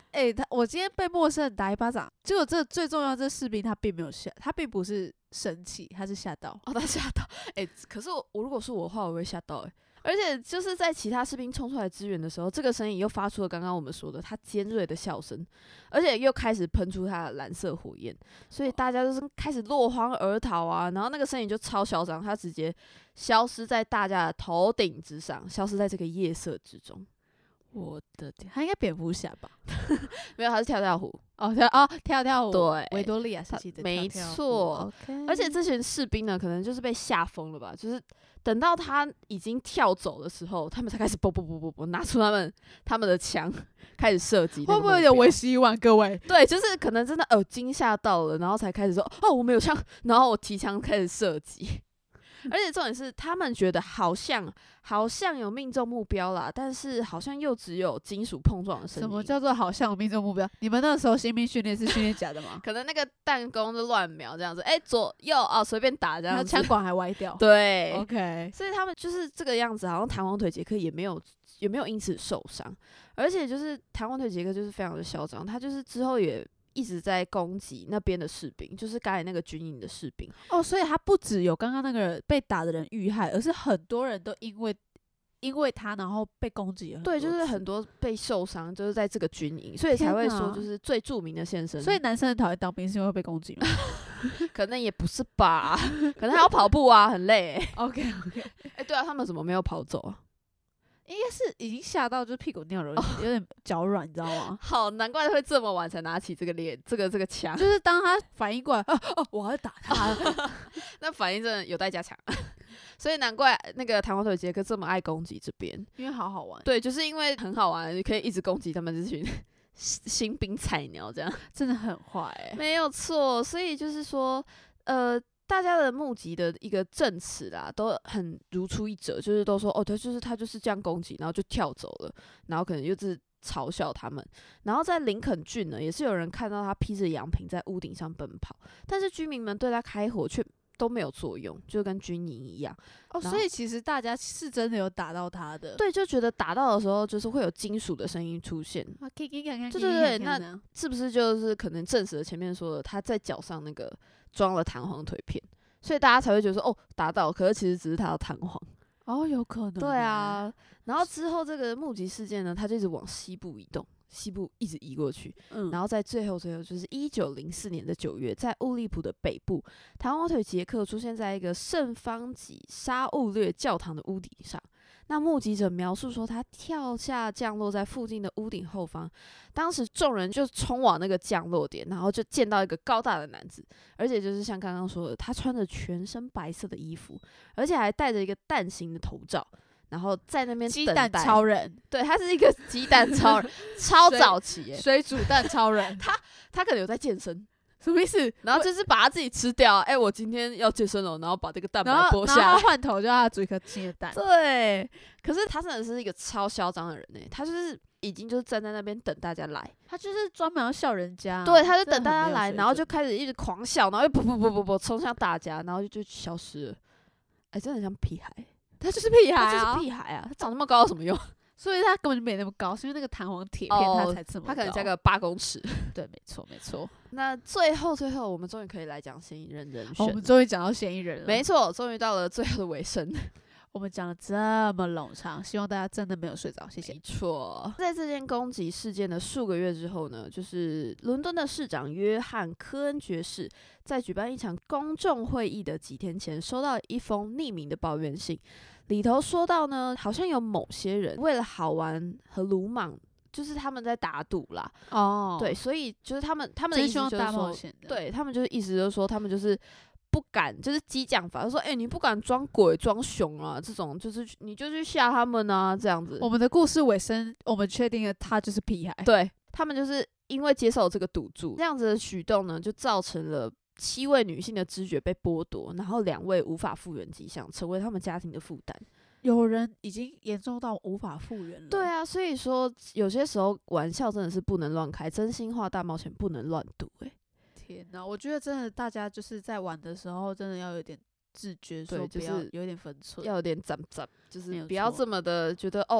Speaker 2: 哎、欸，他我今天被陌生人打一巴掌，结果这最重要，这士兵他并没有吓，他并不是生气，他是吓到。
Speaker 1: 哦，他吓到。哎、欸，可是我我如果是我的话，我会吓到哎、欸。而且就是在其他士兵冲出来支援的时候，这个声音又发出了刚刚我们说的他尖锐的笑声，而且又开始喷出他的蓝色火焰，所以大家就是开始落荒而逃啊。然后那个身影就超嚣张，他直接消失在大家的头顶之上，消失在这个夜色之中。
Speaker 2: 我的天，他应该蝙蝠侠吧？
Speaker 1: 没有，他是跳跳虎。
Speaker 2: 哦，跳哦跳跳虎，
Speaker 1: 对，
Speaker 2: 维多利亚时期的
Speaker 1: 没
Speaker 2: 跳跳
Speaker 1: 错。
Speaker 2: Okay
Speaker 1: 而且这群士兵呢，可能就是被吓疯了吧？就是等到他已经跳走的时候，他们才开始啵啵啵啵啵拿出他们他们的枪，开始射击。
Speaker 2: 会不会有点为时已晚？各位，
Speaker 1: 对，就是可能真的呃惊吓到了，然后才开始说哦，我们有枪，然后我提枪开始射击。而且重点是，他们觉得好像好像有命中目标啦，但是好像又只有金属碰撞的声音。
Speaker 2: 什么叫做好像有命中目标？你们那时候新兵训练是训练假的吗？
Speaker 1: 可能那个弹弓就乱瞄这样子，哎、欸，左右啊随便打这样子，
Speaker 2: 枪管还歪掉。
Speaker 1: 对
Speaker 2: ，OK，
Speaker 1: 所以他们就是这个样子，好像弹簧腿杰克也没有也没有因此受伤，而且就是弹簧腿杰克就是非常的嚣张，他就是之后也一直在攻击那边的士兵，就是刚才那个军营的士兵。
Speaker 2: 哦，所以他不只有刚刚那个被打的人遇害，而是很多人都因为因为他然后被攻击了。
Speaker 1: 对，就是很多被受伤，就是在这个军营，所以才会说就是最著名的现身。
Speaker 2: 所以男生很讨厌当兵是因为被攻击吗？
Speaker 1: 可能也不是吧，可能还要跑步啊，很累、欸。
Speaker 2: OK OK，
Speaker 1: 哎、欸，对啊，他们怎么没有跑走啊？
Speaker 2: 应该是已经吓到，就是屁股尿流，有点脚软，你知道吗？
Speaker 1: 好，难怪会这么晚才拿起这个猎这个这个枪。
Speaker 2: 就是当他反应过来，哦哦，我要打他了，
Speaker 1: 那反应真的有待加强。所以难怪那个弹簧腿杰克这么爱攻击这边，
Speaker 2: 因为好好玩。
Speaker 1: 对，就是因为很好玩，可以一直攻击他们这群新兵菜鸟，这样
Speaker 2: 真的很坏哎、欸，
Speaker 1: 没有错。所以就是说，呃。大家的目击的一个证词啦，都很如出一辙，就是都说哦，他就是他就是这样攻击，然后就跳走了，然后可能就是嘲笑他们。然后在林肯郡呢，也是有人看到他披着羊皮在屋顶上奔跑，但是居民们对他开火却都没有作用，就跟军营一样。
Speaker 2: 哦，所以其实大家是真的有打到他的，
Speaker 1: 对，就觉得打到的时候就是会有金属的声音出现。
Speaker 2: 啊，对对
Speaker 1: 对，那是不是就是可能证实了前面说的他在脚上那个装了弹簧腿片，所以大家才会觉得说哦打到，可是其实只是他的弹簧。
Speaker 2: 哦，有可能。
Speaker 1: 对啊，然后之后这个目击事件呢，他就一直往西部移动。西部一直移过去，嗯，然后在最后最后就是一九零四年的九月，在乌利普的北部，弹簧腿杰克出现在一个圣方济沙乌略教堂的屋顶上。那目击者描述说，他跳下降落在附近的屋顶后方，当时众人就冲往那个降落点，然后就见到一个高大的男子，而且就是像刚刚说的，他穿着全身白色的衣服，而且还戴着一个蛋形的头罩。然后在那边
Speaker 2: 鸡蛋超人，
Speaker 1: 对，他是一个鸡蛋超人，超早期耶，
Speaker 2: 水煮蛋超人。
Speaker 1: 他他可能有在健身，
Speaker 2: 什么意思？
Speaker 1: 然后就是把他自己吃掉。哎、欸，我今天要健身了，然后把这个蛋白剥下来，
Speaker 2: 然后换头就要他煮一颗新的蛋。
Speaker 1: 对，可是他真的是一个超嚣张的人呢，他就是已经就是站在那边等大家来，
Speaker 2: 他就是专门要笑人家。
Speaker 1: 对，他就等大家来，然后就开始一直狂笑，然后又噗噗噗噗噗冲向大家，然后就就消失了。哎、欸，真的很像屁孩。
Speaker 2: 他就是屁孩
Speaker 1: 啊！他就是屁孩啊！他长那么高有什么用？
Speaker 2: 所以他根本就没那么高，是因为那个弹簧铁片他才这么高。
Speaker 1: 他可能加个八公尺。
Speaker 2: 对，没错，没错。
Speaker 1: 那最后，最后，我们终于可以来讲嫌疑人人选。
Speaker 2: 哦、我们终于讲到嫌疑人了。
Speaker 1: 没错，终于到了最后的尾声。
Speaker 2: 我们讲了这么冗长，希望大家真的没有睡着，谢谢。
Speaker 1: 没错，在这件攻击事件的数个月之后呢，就是伦敦的市长约翰·科恩爵士在举办一场公众会议的几天前，收到一封匿名的抱怨信，里头说到呢，好像有某些人为了好玩和鲁莽，就是他们在打赌啦。
Speaker 2: 哦，
Speaker 1: 对，所以就是他们他们的意思就是说，对他们就是意思就是说，他们就是。不敢，就是激将法，就说：“哎、欸，你不敢装鬼装熊啊，这种就是你就去吓他们啊，这样子。”
Speaker 2: 我们的故事尾声，我们确定了他就是屁孩，
Speaker 1: 对他们就是因为接受这个赌注，这样子的举动呢，就造成了七位女性的知觉被剥夺，然后两位无法复原迹象，成为他们家庭的负担。
Speaker 2: 有人已经严重到无法复原了。
Speaker 1: 对啊，所以说有些时候玩笑真的是不能乱开，真心话大冒险不能乱赌、欸。
Speaker 2: 天哪，我觉得真的大家就是在玩的时候，真的要有点自觉，说不要有点分寸，
Speaker 1: 要有点攒攒，就是不要这么的觉得哦，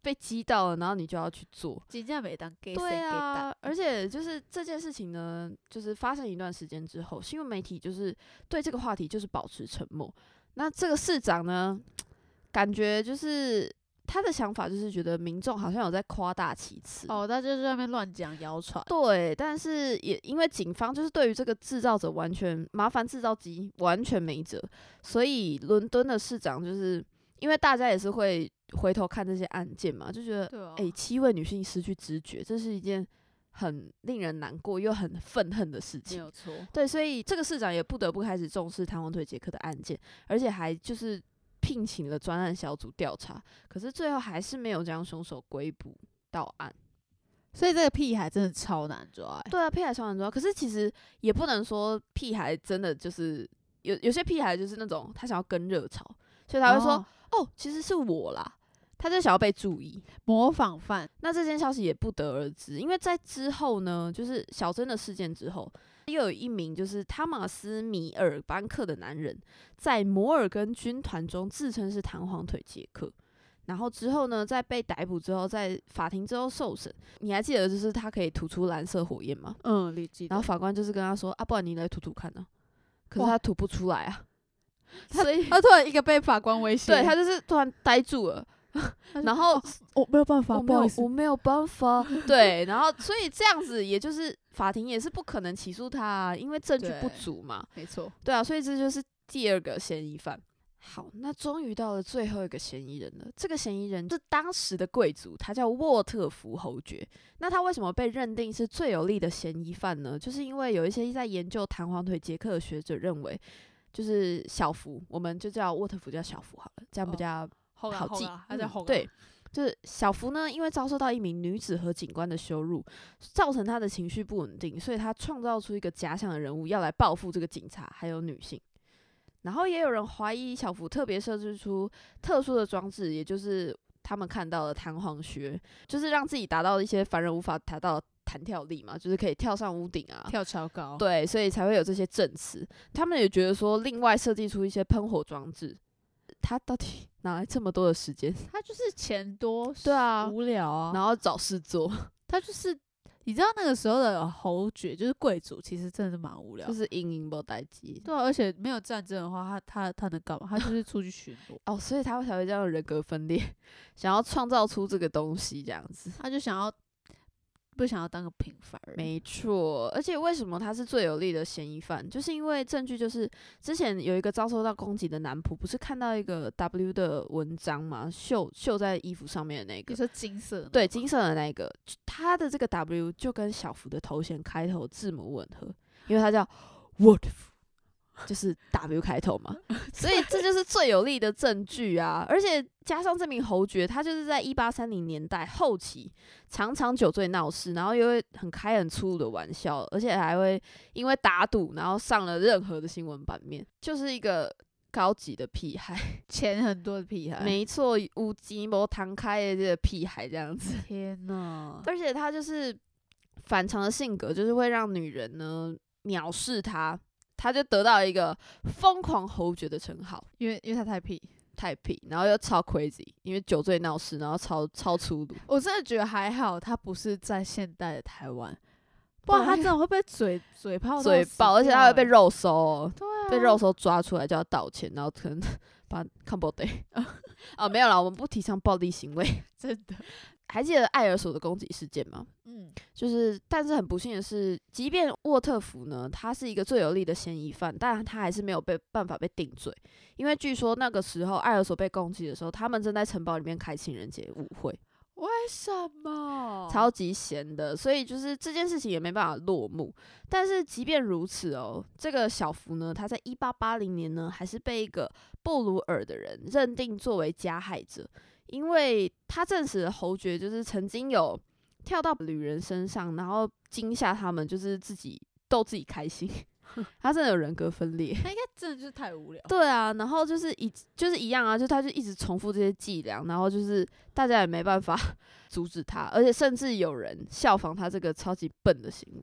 Speaker 1: 被激到了，然后你就要去做。
Speaker 2: 真正袂当假
Speaker 1: 对啊，
Speaker 2: 啊，
Speaker 1: 而且就是这件事情呢，就是发生一段时间之后，新闻媒体就是对这个话题就是保持沉默。那这个市长呢，感觉就是他的想法就是觉得民众好像有在夸大其词。
Speaker 2: 哦，他就在那边乱讲谣传。
Speaker 1: 对，但是也因为警方就是对于这个制造者完全麻烦制造机完全没辙，所以伦敦的市长就是因为大家也是会回头看这些案件嘛，就觉得
Speaker 2: 对啊，
Speaker 1: 哎、欸，七位女性失去知觉，这是一件很令人难过又很愤恨的事
Speaker 2: 没
Speaker 1: 情。
Speaker 2: 有错。
Speaker 1: 对，所以这个市长也不得不开始重视弹簧腿杰克的案件，而且还就是聘请了专案小组调查，可是最后还是没有将凶手归捕到案。
Speaker 2: 所以这个屁孩真的超难抓、欸。
Speaker 1: 对啊，屁孩超难抓，可是其实也不能说屁孩真的就是有有些屁孩就是那种他想要跟热潮，所以他会说
Speaker 2: 哦,
Speaker 1: 哦，其实是我啦，他就想要被注意。
Speaker 2: 模仿犯。
Speaker 1: 那这件消息也不得而知，因为在之后呢，就是小珍的事件之后，又有一名就是汤马斯·米尔班克的男人，在摩尔根军团中自称是弹簧腿杰克。然后之后呢，在被逮捕之后，在法庭之后受审，你还记得就是他可以吐出蓝色火焰吗？
Speaker 2: 嗯，你记得。
Speaker 1: 然后法官就是跟他说啊，不然你来吐吐看啊。可是他吐不出来啊，所以
Speaker 2: 他突然一个被法官威胁，
Speaker 1: 对他就是突然呆住了。然后、哦、
Speaker 2: 我没有办法，
Speaker 1: 我没有，我没有办法。对，然后所以这样子，也就是法庭也是不可能起诉他、啊，因为证据不足嘛。
Speaker 2: 没错。
Speaker 1: 对啊，所以这就是第二个嫌疑犯。好，那终于到了最后一个嫌疑人了。这个嫌疑人是当时的贵族，他叫沃特福侯爵。那他为什么被认定是最有力的嫌疑犯呢？就是因为有一些在研究弹簧腿杰克的学者认为，就是小福，我们就叫沃特福叫小福好了，这样比较好记。
Speaker 2: 哦、他叫红、
Speaker 1: 嗯。对，就是小福呢，因为遭受到一名女子和警官的羞辱，造成他的情绪不稳定，所以他创造出一个假想的人物，要来报复这个警察还有女性。然后也有人怀疑小福特别设置出特殊的装置，也就是他们看到的弹簧靴，就是让自己达到一些凡人无法达到的弹跳力嘛，就是可以跳上屋顶啊，
Speaker 2: 跳超高。
Speaker 1: 对，所以才会有这些证词。他们也觉得说，另外设计出一些喷火装置，他到底哪来这么多的时间？
Speaker 2: 他就是钱多，
Speaker 1: 对啊，
Speaker 2: 无聊啊，
Speaker 1: 然后找事做。
Speaker 2: 他就是。你知道那个时候的侯爵就是贵族，其实真的蛮无聊，
Speaker 1: 就是营营不待机。
Speaker 2: 对、啊，而且没有战争的话，他他他能干嘛？他就是出去巡逻
Speaker 1: 哦，所以他才会这样人格分裂，想要创造出这个东西这样子。
Speaker 2: 他就想要不想要当个平凡人。
Speaker 1: 没错，而且为什么他是最有力的嫌疑犯？就是因为证据就是之前有一个遭受到攻击的男仆，不是看到一个 W 的文章吗？绣绣在衣服上面的那个，
Speaker 2: 你说金色的？
Speaker 1: 对，金色的那个，他的这个 W 就跟小福的头衔开头字母吻合，因为他叫 Word。就是 W 开头嘛，所以这就是最有力的证据啊！而且加上这名侯爵，他就是在一八三零年代后期常常酒醉闹事，然后又会很开很粗鲁的玩笑，而且还会因为打赌然后上了任何的新闻版面，就是一个高级的屁孩，
Speaker 2: 钱很多的屁孩。
Speaker 1: 没错，有钱没摊开的这个屁孩这样子。
Speaker 2: 天哪！
Speaker 1: 而且他就是反常的性格，就是会让女人呢藐视他。他就得到一个疯狂侯爵的称号，
Speaker 2: 因为因为他太屁，
Speaker 1: 太屁，然后又超 crazy， 因为酒醉闹事，然后超超粗鲁。
Speaker 2: 我真的觉得还好，他不是在现代的台湾，不然他真的会被嘴嘴炮
Speaker 1: 嘴爆，而且他会被肉搜、哦，
Speaker 2: 对啊，
Speaker 1: 被肉搜抓出来就要道歉，然后可能把看不得哦，没有啦，我们不提倡暴力行为，
Speaker 2: 真的。
Speaker 1: 还记得艾尔索的攻击事件吗？
Speaker 2: 嗯，
Speaker 1: 就是，但是很不幸的是，即便沃特福呢，他是一个最有力的嫌疑犯，但他还是没有被办法被定罪，因为据说那个时候艾尔索被攻击的时候，他们正在城堡里面开情人节舞会。
Speaker 2: 为什么？
Speaker 1: 超级闲的，所以就是这件事情也没办法落幕。但是即便如此哦，这个小福呢，他在一八八零年呢，还是被一个布鲁尔的人认定作为加害者。因为他证实了侯爵就是曾经有跳到女人身上，然后惊吓他们，就是自己逗自己开心。他真的有人格分裂，
Speaker 2: 他应该真的就是太无聊。
Speaker 1: 对啊，然后就是一就是一样啊，就他就一直重复这些伎俩，然后就是大家也没办法阻止他，而且甚至有人效仿他这个超级笨的行为。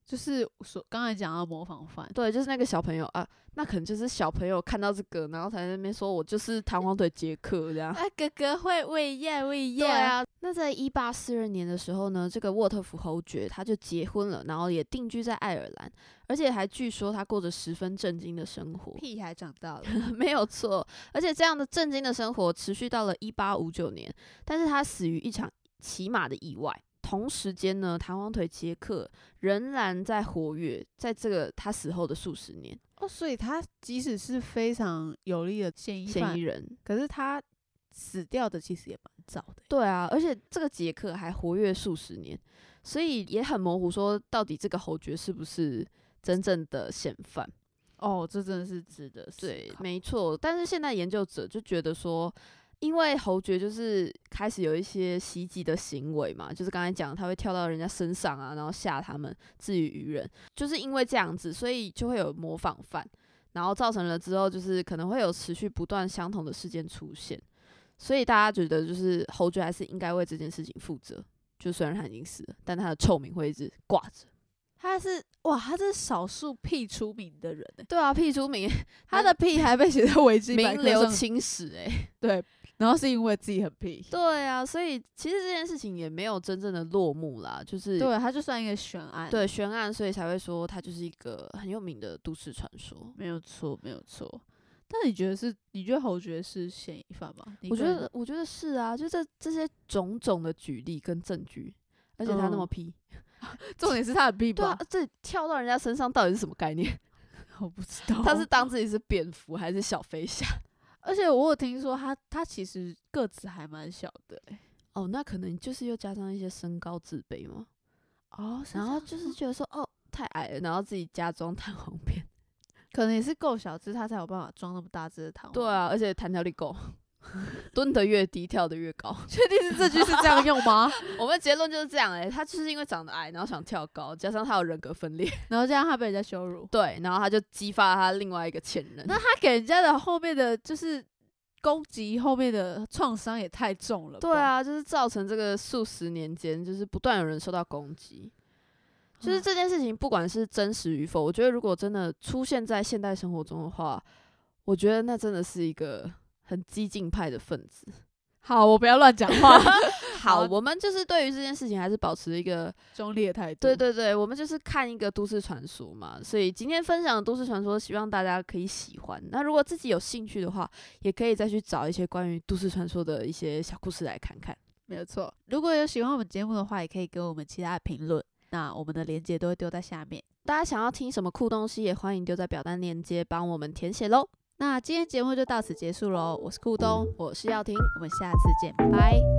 Speaker 2: 就是所刚才讲到模仿犯，
Speaker 1: 对，就是那个小朋友啊，那可能就是小朋友看到这个，然后才在那边说我就是弹簧腿杰克这样。
Speaker 2: 啊，哥哥会喂呀喂呀。
Speaker 1: 对啊，那在一八四二年的时候呢，这个沃特福侯爵他就结婚了，然后也定居在爱尔兰，而且还据说他过着十分震惊的生活。
Speaker 2: 屁孩长大了，
Speaker 1: 没有错，而且这样的震惊的生活持续到了一八五九年，但是他死于一场骑马的意外。同时间呢，弹簧腿杰克仍然在活跃，在这个他死后的数十年。
Speaker 2: 哦，所以他即使是非常有力的嫌疑犯，
Speaker 1: 嫌疑人，
Speaker 2: 可是他死掉的其实也蛮早的。
Speaker 1: 对啊，而且这个杰克还活跃数十年，所以也很模糊，说到底这个侯爵是不是真正的嫌犯？
Speaker 2: 哦，这真的是值得思
Speaker 1: 对，
Speaker 2: 考。
Speaker 1: 没错。但是现在研究者就觉得说，因为侯爵就是开始有一些袭击的行为嘛，就是刚才讲他会跳到人家身上啊，然后吓他们，至于愚人，就是因为这样子，所以就会有模仿犯，然后造成了之后就是可能会有持续不断相同的事件出现，所以大家觉得就是侯爵还是应该为这件事情负责，就虽然他已经死了，但他的臭名会一直挂着。
Speaker 2: 他是哇，他这是少数屁出名的人欸，
Speaker 1: 对啊，屁出名，
Speaker 2: 他的屁还被写在维基百
Speaker 1: 名
Speaker 2: 科上。
Speaker 1: 留青史哎、
Speaker 2: 对，然后是因为自己很屁。
Speaker 1: 对啊，所以其实这件事情也没有真正的落幕啦，就是
Speaker 2: 对，他就算一个悬案。
Speaker 1: 对悬案，所以才会说它就是一个很有名的都市传说。
Speaker 2: 没有错，没有错。但你觉得是？你觉得侯爵是嫌疑犯吗？
Speaker 1: 我觉得，我觉得是啊，就这这些种种的举例跟证据，而且他那么屁，
Speaker 2: 嗯、重点是他的屁吧？
Speaker 1: 对啊，这跳到人家身上到底是什么概念？
Speaker 2: 我不知道，
Speaker 1: 他是当自己是蝙蝠还是小飞侠？
Speaker 2: 而且我有听说他他其实个子还蛮小的、欸，
Speaker 1: 哦，那可能就是又加上一些身高自卑嘛。
Speaker 2: 哦，
Speaker 1: 然后就是觉得说，哦，太矮了，然后自己加装弹簧片。
Speaker 2: 可能也是够小只，他才有办法装那么大只的弹簧。
Speaker 1: 对啊，而且弹跳力够，蹲得越低，跳得越高。
Speaker 2: 确定是这句是这样用吗？
Speaker 1: 我们结论就是这样哎、欸，他就是因为长得矮，然后想跳高，加上他有人格分裂，
Speaker 2: 然后这样他被人家羞辱。
Speaker 1: 对，然后他就激发他另外一个潜能。
Speaker 2: 那他给人家的后面的就是攻击后面的创伤也太重了吧。
Speaker 1: 对啊，就是造成这个数十年间，就是不断有人受到攻击。就是这件事情，不管是真实与否，我觉得如果真的出现在现代生活中的话，我觉得那真的是一个很激进派的分子。
Speaker 2: 好，我不要乱讲话。
Speaker 1: 好，我们就是对于这件事情还是保持一个
Speaker 2: 中立的态度。
Speaker 1: 对对对，我们就是看一个都市传说嘛，所以今天分享的都市传说，希望大家可以喜欢。那如果自己有兴趣的话，也可以再去找一些关于都市传说的一些小故事来看看。
Speaker 2: 没有错。如果有喜欢我们节目的话，也可以给我们其他的评论。那我们的连结都会丢在下面，
Speaker 1: 大家想要听什么酷东西，也欢迎丢在表单链接帮我们填写咯。
Speaker 2: 那今天节目就到此结束咯，我是酷东，
Speaker 1: 我是耀婷，
Speaker 2: 我们下次见，拜。